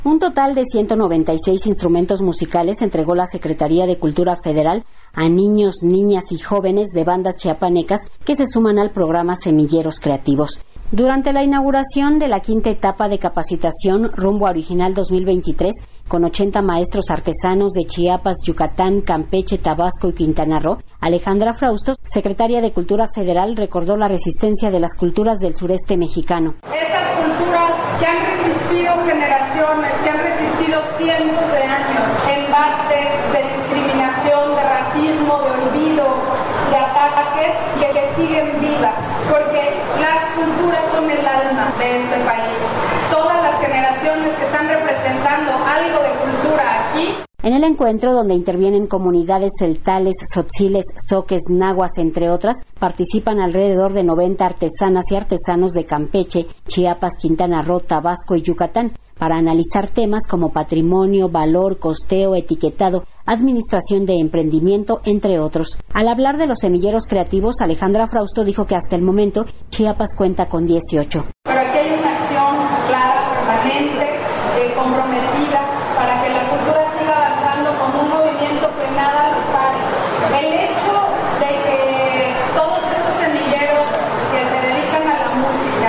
Un total de 196 instrumentos musicales entregó la Secretaría de Cultura Federal a niños, niñas y jóvenes de bandas chiapanecas que se suman al programa Semilleros Creativos. Durante la inauguración de la quinta etapa de capacitación rumbo a Original 2023, con 80 maestros artesanos de Chiapas, Yucatán, Campeche, Tabasco y Quintana Roo, Alejandra Frausto, secretaria de Cultura Federal, recordó la resistencia de las culturas del sureste mexicano. Estas culturas que han resistido generaciones, que han resistido cientos de años, embates de discriminación, de racismo, de olvido, de ataques, que siguen vivas, porque las culturas son el alma de este país. Todas las generaciones que están representando algo de cultura aquí. En el encuentro, donde intervienen comunidades celtales, tzotziles, zoques, nahuas, entre otras, participan alrededor de 90 artesanas y artesanos de Campeche, Chiapas, Quintana Roo, Tabasco y Yucatán, para analizar temas como patrimonio, valor, costeo, etiquetado, administración de emprendimiento, entre otros. Al hablar de los semilleros creativos, Alejandra Frausto dijo que hasta el momento Chiapas cuenta con 18. Pero aquí hay una acción clara, permanente, comprometida, para que la cultura siga avanzando como un movimiento que nada lo pare. El hecho de que todos estos semilleros que se dedican a la música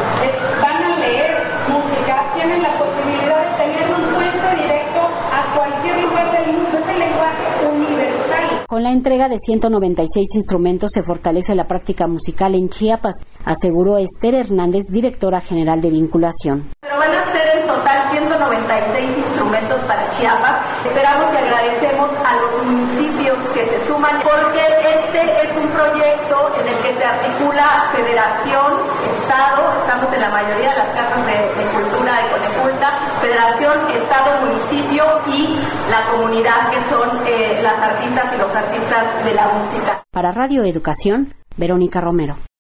van a leer música, tienen la posibilidad de tener un puente directo a cualquier lugar del mundo. Es el lenguaje universal. Con la entrega de 196 instrumentos se fortalece la práctica musical en Chiapas, aseguró Esther Hernández, directora general de vinculación. Pero van a ser en total 196 instrumentos para Chiapas. Esperamos y agradecemos a los municipios que se suman, porque este es un proyecto en el que se articula federación, estado, estamos en la mayoría de las casas de cultura de Coneculta, federación, estado, municipio y la comunidad, que son las artistas y los artistas de la música. Para Radio Educación, Verónica Romero.